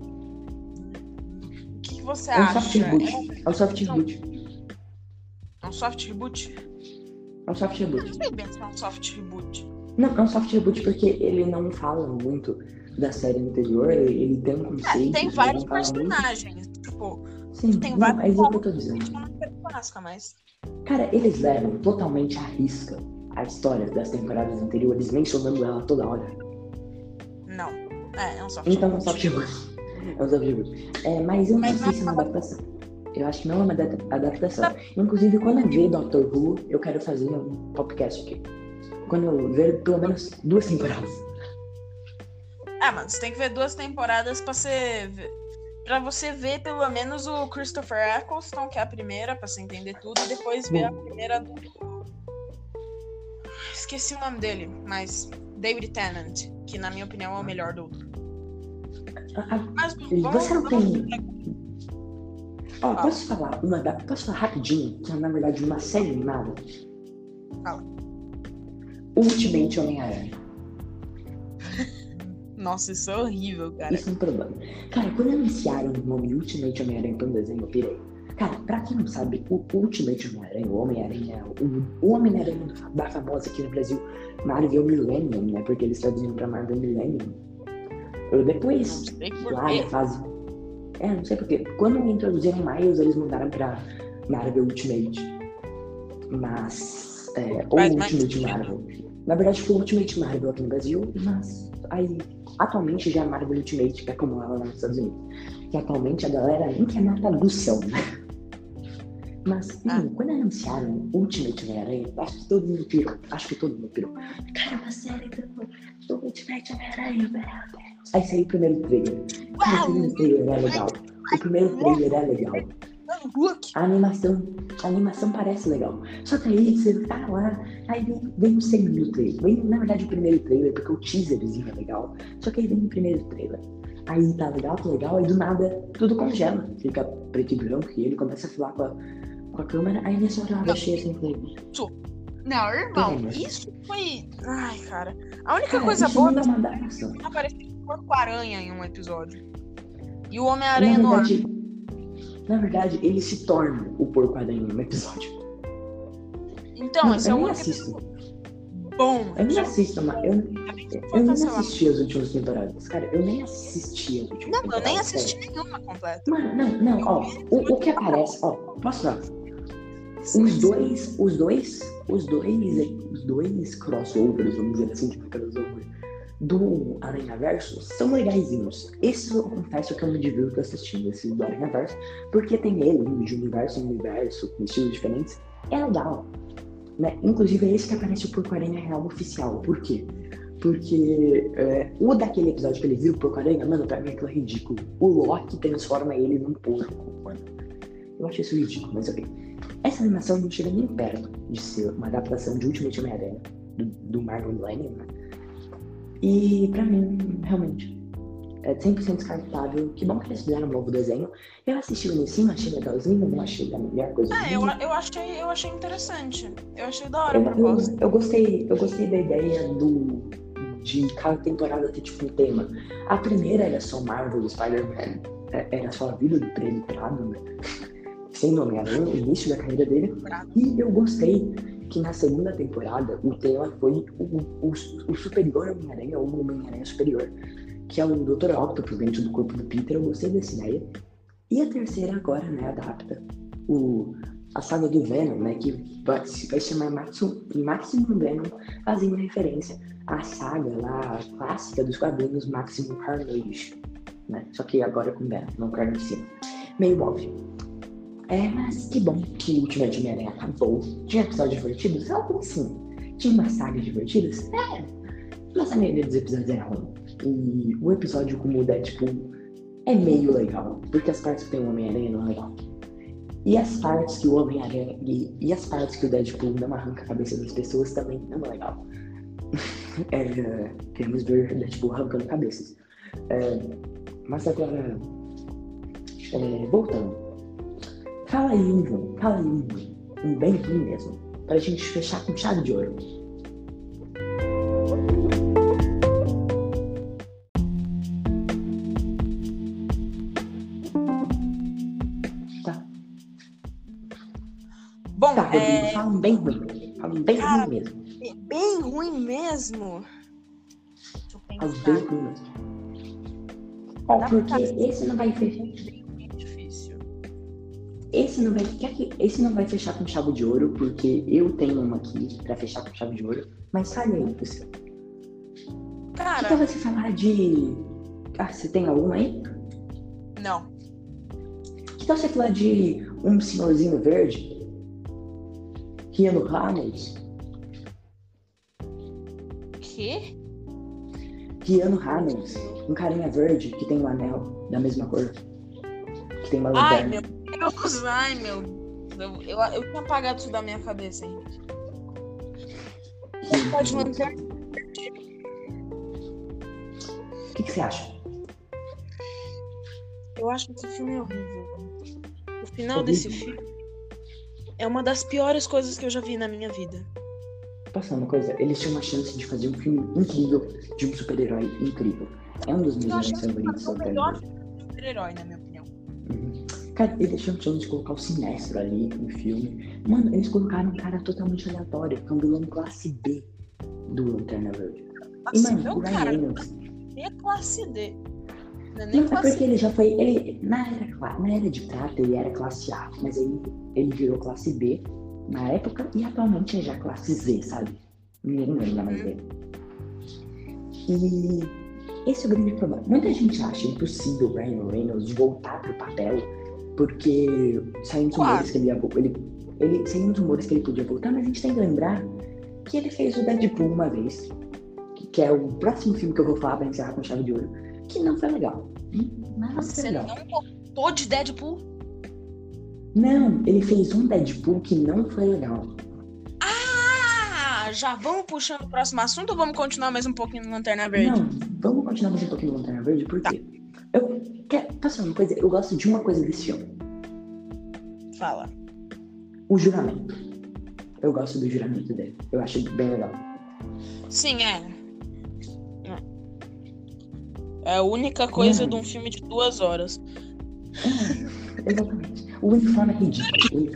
O que você acha? É um soft reboot. É um soft reboot? É um soft reboot. Eu não sei bem se é um soft reboot. Não, é um soft reboot porque ele não fala muito da série anterior, ele tem um conceito. Tem vários personagens, tipo, sim, tem não, vários. é isso que eu tô dizendo. Mas... Cara, eles levam totalmente à risca a história das temporadas anteriores, mencionando ela toda hora. Não, é um soft então, reboot. Então é um soft reboot. É um soft reboot. Mas eu não sei se é uma adaptação. Eu acho que não é uma adaptação. Inclusive, quando eu ver Doctor Who, eu quero fazer um podcast aqui. Quando eu ver pelo menos 2 temporadas. Mano, você tem que ver 2 temporadas pra você ver pelo menos o Christopher Eccleston, que é a primeira, pra você entender tudo, e depois ver a primeira do... Esqueci o nome dele, mas David Tennant, que na minha opinião é o melhor do outro. Mas você não tem... Posso falar rapidinho, que é na verdade uma série animada? Fala. Ultimate Homem-Aranha. Nossa, isso é horrível, cara. Isso é um problema. Cara, quando anunciaram o nome Ultimate Homem-Aranha para um desenho, eu pirei. Cara, pra quem não sabe, o Ultimate Homem-Aranha, o Homem-Aranha, o Homem-Aranha da famosa aqui no Brasil, Marvel Millennium, né? Porque eles traduziram pra Marvel Millennium. Depois, lá na fase... não sei porquê. Quando introduziram Miles, eles mudaram pra Marvel Ultimate. Mas... ou Ultimate Marvel. Na verdade, foi Ultimate Marvel aqui no Brasil, mas... Aí, atualmente já é Marvel Ultimate, que é como ela lá nos Estados Unidos. Que atualmente a galera nem quer matar do céu, né? Mas, quando anunciaram Ultimate Homem-Aranha, acho que todo mundo pirou. Cara, uma série do Ultimate Homem-Aranha, meu Deus. Aí saiu o primeiro trailer. Cara, o primeiro trailer é legal. A animação parece legal. Só que aí você tá lá, aí vem o segundo trailer. Na verdade, o primeiro trailer, porque o teaserzinho é legal. Só que aí vem o primeiro trailer. Aí tá legal, aí do nada tudo congela. Fica preto e branco e ele começa a falar com a câmera. Aí nessa hora eu achei assim, falei... Não, irmão, isso foi... Ai, cara. A única coisa boa é que apareceu o Porco-Aranha em um episódio. E o Homem-Aranha no ar. Na verdade, ele se torna o Porco-Aranha em um episódio. Então, esse é o único bom. Eu nem assisto, mas eu nem assisti as últimas temporadas. Cara, eu nem assisti as últimas temporadas. Não, eu nem assisti nenhuma completa. Mano, não, o que aparece, posso falar? Os dois crossovers, vamos dizer assim, tipo crossover, do Aranhaverso são legaisinhos. Esse eu confesso que eu me divirto assistindo, esse do Aranhaverso, porque tem ele de universo em universo, com estilos diferentes. É legal, né? Inclusive é esse que aparece o Porco-Aranha real oficial. Por quê? Porque o daquele episódio que ele vira o Porco-Aranha, mano, pra mim aquilo é ridículo. O Loki transforma ele num porco, mano. Eu acho isso ridículo, mas ok. Essa animação não chega nem perto de ser uma adaptação de Ultimate Homem-Aranha, do Marvel Millennium, né? E pra mim, realmente, é 100% descartável. Que bom que eles fizeram um novo desenho. Eu assisti o início, achei legalzinho, não achei a melhor coisa do mundo. Eu achei interessante. Eu achei da hora a proposta. Eu gostei da ideia de cada temporada ter tipo um tema. A primeira era só Marvel e Spider-Man. Era só a vida do Prêmio Prado, né? Sem Homem-Aranha, o início da carreira dele. E eu gostei que na segunda temporada o tema foi o superior Homem-Aranha, ou o Homem-Aranha superior, que é o Dr. Octopus dentro do corpo do Peter. Eu gostei dessa ideia. E a terceira agora, né, adapta a saga do Venom, né, que vai chamar Maximum Venom, fazendo referência à saga lá clássica dos quadrinhos Maximum Carnage, né, só que agora com Venom, não Carnificina. Meio óbvio. Mas que bom que o Ultimate Homem-Aranha acabou. Tinha episódios divertidos? Alguns sim. Tinha umas sagas divertidas? Mas a maioria dos episódios era ruim. E o episódio com o Deadpool é meio legal, porque as partes que tem o Homem-Aranha não é legal. E as partes que o Homem-Aranha e as partes que o Deadpool não arranca a cabeça das pessoas também não é legal. Queremos ver Deadpool arrancando cabeças. Mas agora, voltando. Fala aí um bem ruim mesmo, pra gente fechar com chave de ouro. Tá. Bom, Tá, Rodrigo, fala um bem ruim. Fala um bem ruim mesmo. Bem ruim mesmo? Deixa eu Fala um pensar. bem ruim mesmo. Porque esse não vai fechar. Bem difícil. Esse não vai fechar com chave de ouro, porque eu tenho uma aqui pra fechar com chave de ouro. Mas fale aí, pessoal. Cara, Que tal você falar de... você tem alguma aí? não. Que tal você falar de um senhorzinho verde? Keanu Reeves? Quê? Keanu Reeves, um carinha verde que tem um anel da mesma cor. Que tem uma Ai, lanterna. meu Deus. Ai, meu. Eu tinha apagado isso da minha cabeça, hein? Pode manter. O que você acha? Eu acho que esse filme é horrível. O final desse filme é uma das piores coisas que eu já vi na minha vida. Posso falar uma coisa? Eles tinham uma chance de fazer um filme incrível de um super-herói incrível. É um dos meus Eu heróis achei que favoritos. foi o melhor filme de super-herói, na minha opinião. Cara, eles tinham chance de colocar o Sinestro ali no filme. Mano, eles colocaram um cara totalmente aleatório, que é um vilão classe B do Lanterna Verde. E, mano, o Ryan Reynolds... É classe D. Não é nem Não, é classe porque ele já foi... Na era de prata, ele era classe A, mas aí ele virou classe B na época e atualmente é já classe Z, sabe? Ninguém lembra mais dele. E esse é o grande problema. Muita gente acha impossível o Ryan Reynolds voltar pro papel, porque saem uns rumores que saem uns rumores que ele podia voltar, mas a gente tem que lembrar que ele fez o Deadpool uma vez, que é o próximo filme que eu vou falar pra encerrar com chave de ouro, que não foi legal. Não foi Você legal. não gostou de Deadpool? Não, ele fez um Deadpool que não foi legal. Ah, já vamos puxando o próximo assunto ou vamos continuar mais um pouquinho no Lanterna Verde? Não, vamos continuar mais um pouquinho no Lanterna Verde, porque posso falar uma coisa? Eu gosto de uma coisa desse filme. Fala. O juramento. Eu gosto do juramento dele. Eu acho bem legal. Sim, é a única coisa de um filme de 2 horas. Exatamente. O uniforme é ridículo.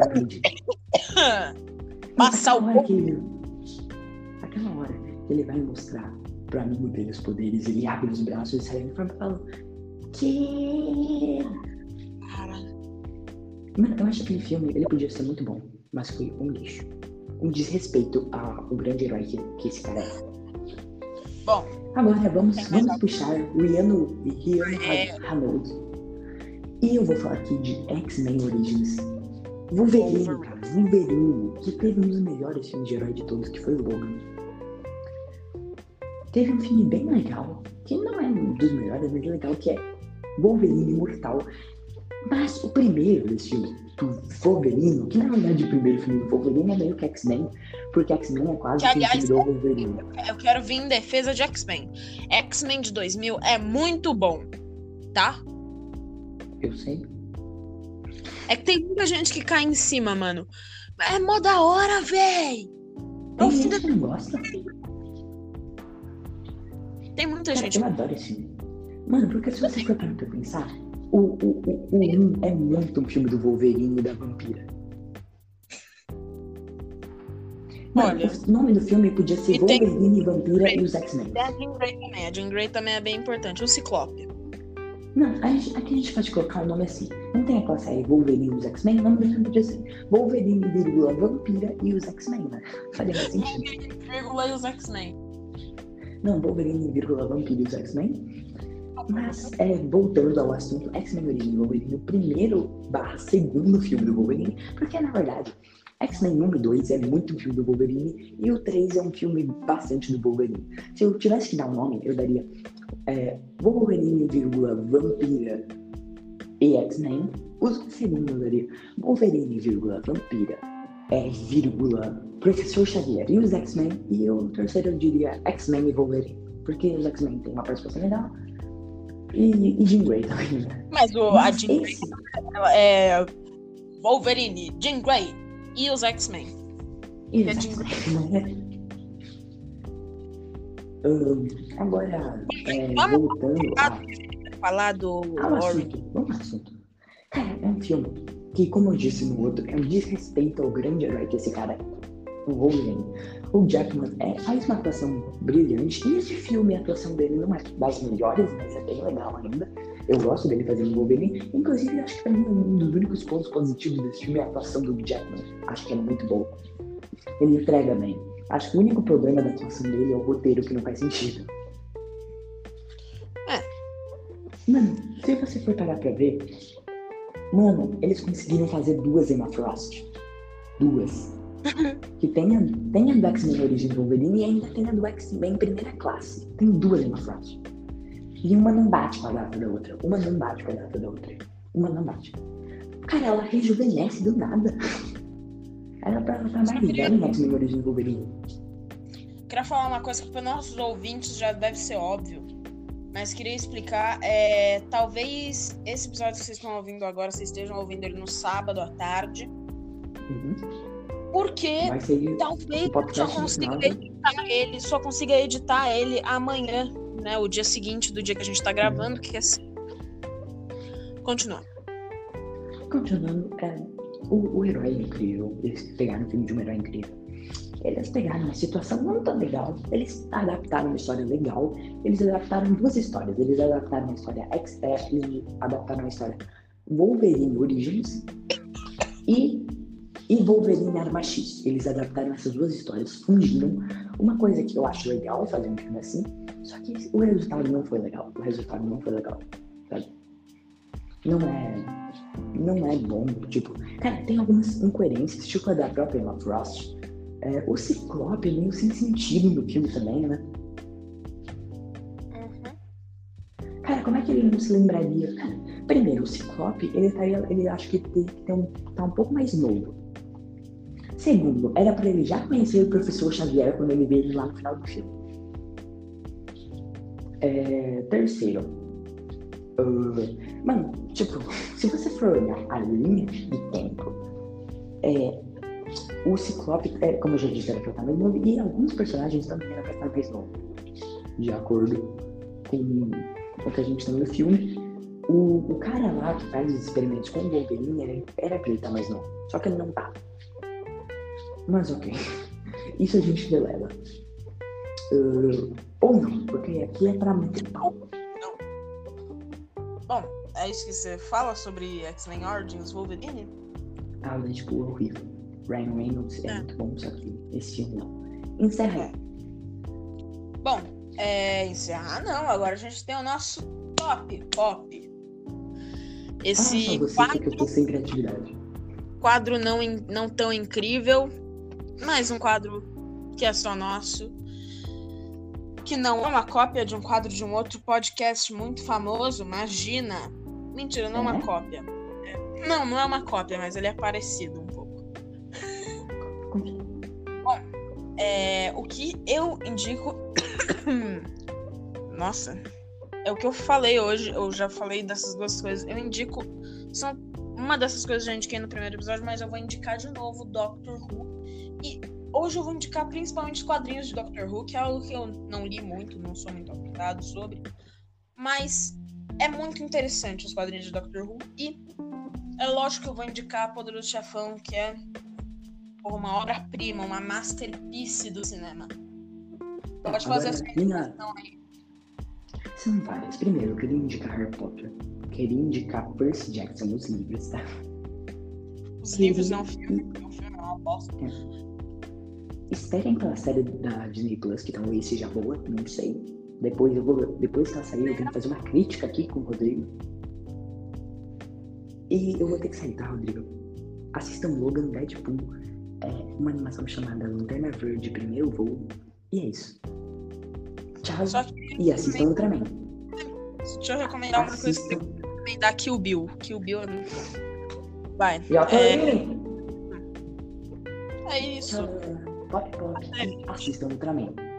Passar o Aquela hora que ele vai mostrar pro amigo dele os poderes, ele abre os braços e sai do uniforme e fala: que? Caralho. Mano, eu acho que aquele filme ele podia ser muito bom, mas foi um lixo. Um desrespeito ao grande herói que esse cara é. Bom, agora vamos puxar o Ryan Reynolds. E eu vou falar aqui de X-Men Origins. Wolverine, cara. Wolverine, que teve um dos melhores filmes de herói de todos, que foi o Logan. Teve um filme bem legal, que não é um dos melhores, mas é legal, que é Wolverine Imortal. Mas o primeiro desse filme, do Wolverine, que na verdade o primeiro filme do Wolverine é meio que X-Men, porque X-Men é quase que o filme do Wolverine. Eu quero vir em defesa de X-Men. X-Men de 2000 é muito bom, tá? Eu sei. É que tem muita gente que cai em cima, mano. É mó da hora, véi! Tem gente que não gosta. Tem muita Cara, gente. eu adoro esse filme. Mano, porque se você for pra pensar, o 1 é muito um filme do Wolverine e da Vampira. Mano, Olha, o nome do filme podia ser Wolverine, Vampira e os X-Men. Tem a Jean Grey também. A Jean Grey também é bem importante. O Ciclope. Não, aqui a gente pode colocar o nome assim. Não tem aquela série Wolverine e os X-Men, o nome do filme podia ser Wolverine, Vampira e os X-Men, né? Faria mais sentido. Wolverine, e os X-Men. Não, Wolverine, Vampira e os X-Men. Mas, voltando ao assunto, X-Men Origins Wolverine, o primeiro / segundo filme do Wolverine, porque na verdade, X-Men 1 e 2 é muito um filme do Wolverine, e o 3 é um filme bastante do Wolverine. Se eu tivesse que dar um nome, eu daria Wolverine, Vampira e X-Men. O segundo eu daria Wolverine, Vampira, Professor Xavier e os X-Men. E o terceiro eu diria X-Men e Wolverine, porque os X-Men têm uma participação legal E Jean Grey também, né? Mas a Mas Jean Grey esse... é Wolverine, Jean Grey e os X-Men. Que é Jean Grey. Agora, Vamos voltando falar do ao assunto. Vamos ao assunto. Cara, é um filme que, como eu disse no outro, é um desrespeito ao grande herói que esse cara é. O Wolverine. O Jackman faz uma atuação brilhante. E esse filme, a atuação dele não é das melhores, mas é bem legal ainda. Eu gosto dele fazendo Wolverine. Inclusive, acho que pra mim um dos únicos pontos positivos desse filme é a atuação do Jackman. Acho que é muito boa. Ele entrega bem. Acho que o único problema da atuação dele é o roteiro, que não faz sentido. Mano, se você for parar pra ver... Mano, eles conseguiram fazer 2 Emma Frost. 2. Que tem a do X-Men Origins Wolverine e ainda tem a do X-Men Primeira Classe. Tem 2 Emma Frost. E uma não bate com a data da outra. Uma não bate. Cara, ela rejuvenesce do nada. Ela tá mais velha em X-Men Origins Wolverine. Queria falar uma coisa que para nossos ouvintes já deve ser óbvio, mas queria explicar. Talvez esse episódio que vocês estão ouvindo agora, vocês estejam ouvindo ele no sábado à tarde. Porque talvez só consiga editar ele amanhã, né? O dia seguinte do dia que a gente tá gravando, que é assim. Continuando, o herói é incrível. Eles pegaram o filme de um herói incrível. Eles pegaram uma situação não tão legal. Eles adaptaram uma história legal. Eles adaptaram 2 histórias. Eles adaptaram a história eles adaptaram a história Wolverine Origins e Wolverine Arma X. Eles adaptaram essas 2 histórias, fundiram. Uma coisa que eu acho legal fazer um filme assim, só que o resultado não foi legal. Sabe? Não é bom. Tipo, cara, tem algumas incoerências, tipo a da própria Emma Frost. O Ciclope é meio sem sentido no filme também, né? Cara, como é que ele não se lembraria? Cara, primeiro, o Ciclope, ele acho que tá um pouco mais novo. Segundo, era pra ele já conhecer o Professor Xavier quando ele veio lá no final do filme. Terceiro, mano, tipo, se você for olhar a linha de tempo, o Ciclope, como eu já disse, era pra estar mais novo, e alguns personagens também eram pra estar mais novo. De acordo com o que a gente tem no filme, o cara lá que faz os experimentos com o Wolverine era pra ele estar mais novo, só que ele não tá. Mas ok, isso a gente releva. Ou não, porque aqui é pra meter pau. Bom, é isso que você fala sobre X-Men Origins Wolverine? Mas tipo, horrível. Ryan Reynolds é muito bom, só que esse filme não. Encerra aí. Bom, encerrar não, agora a gente tem o nosso top pop. Esse quadro, que eu tô sem criatividade. Quadro não tão incrível, mas um quadro que é só nosso, que não é uma cópia de um quadro de um outro podcast muito famoso, imagina. Mentira, não é uma cópia. Não é uma cópia, mas ele é parecido um pouco. Bom, o que eu indico... Nossa, é o que eu falei hoje, eu já falei dessas 2 coisas. Eu indico... Uma dessas coisas eu já indiquei no primeiro episódio, mas eu vou indicar de novo Doctor Who. E hoje eu vou indicar principalmente os quadrinhos de Doctor Who, que é algo que eu não li muito, não sou muito aplicado sobre. Mas é muito interessante os quadrinhos de Doctor Who. E é lógico que eu vou indicar Poderoso Chefão, que é uma obra-prima, uma masterpiece do cinema. Pode fazer essa indicação aí. São várias. Primeiro, eu queria indicar Harry Potter. Queria indicar Percy Jackson nos livros, tá? Os livros não, filme. O filme é uma bosta. Esperem pela série da Disney Plus, que talvez seja boa, não sei. Depois que ela sair, eu tenho que fazer uma crítica aqui com o Rodrigo. E eu vou ter que sair, tá, Rodrigo? Assistam Logan, Deadpool, uma animação chamada Lanterna Verde Primeiro Voo. E é isso. Tchau. E assistam Ultraman. Deixa eu recomendar uma coisa que eu vou recomendar, Kill Bill. Kill Bill é muito bom. Vai. É isso. Pop. Assistam Ultraman.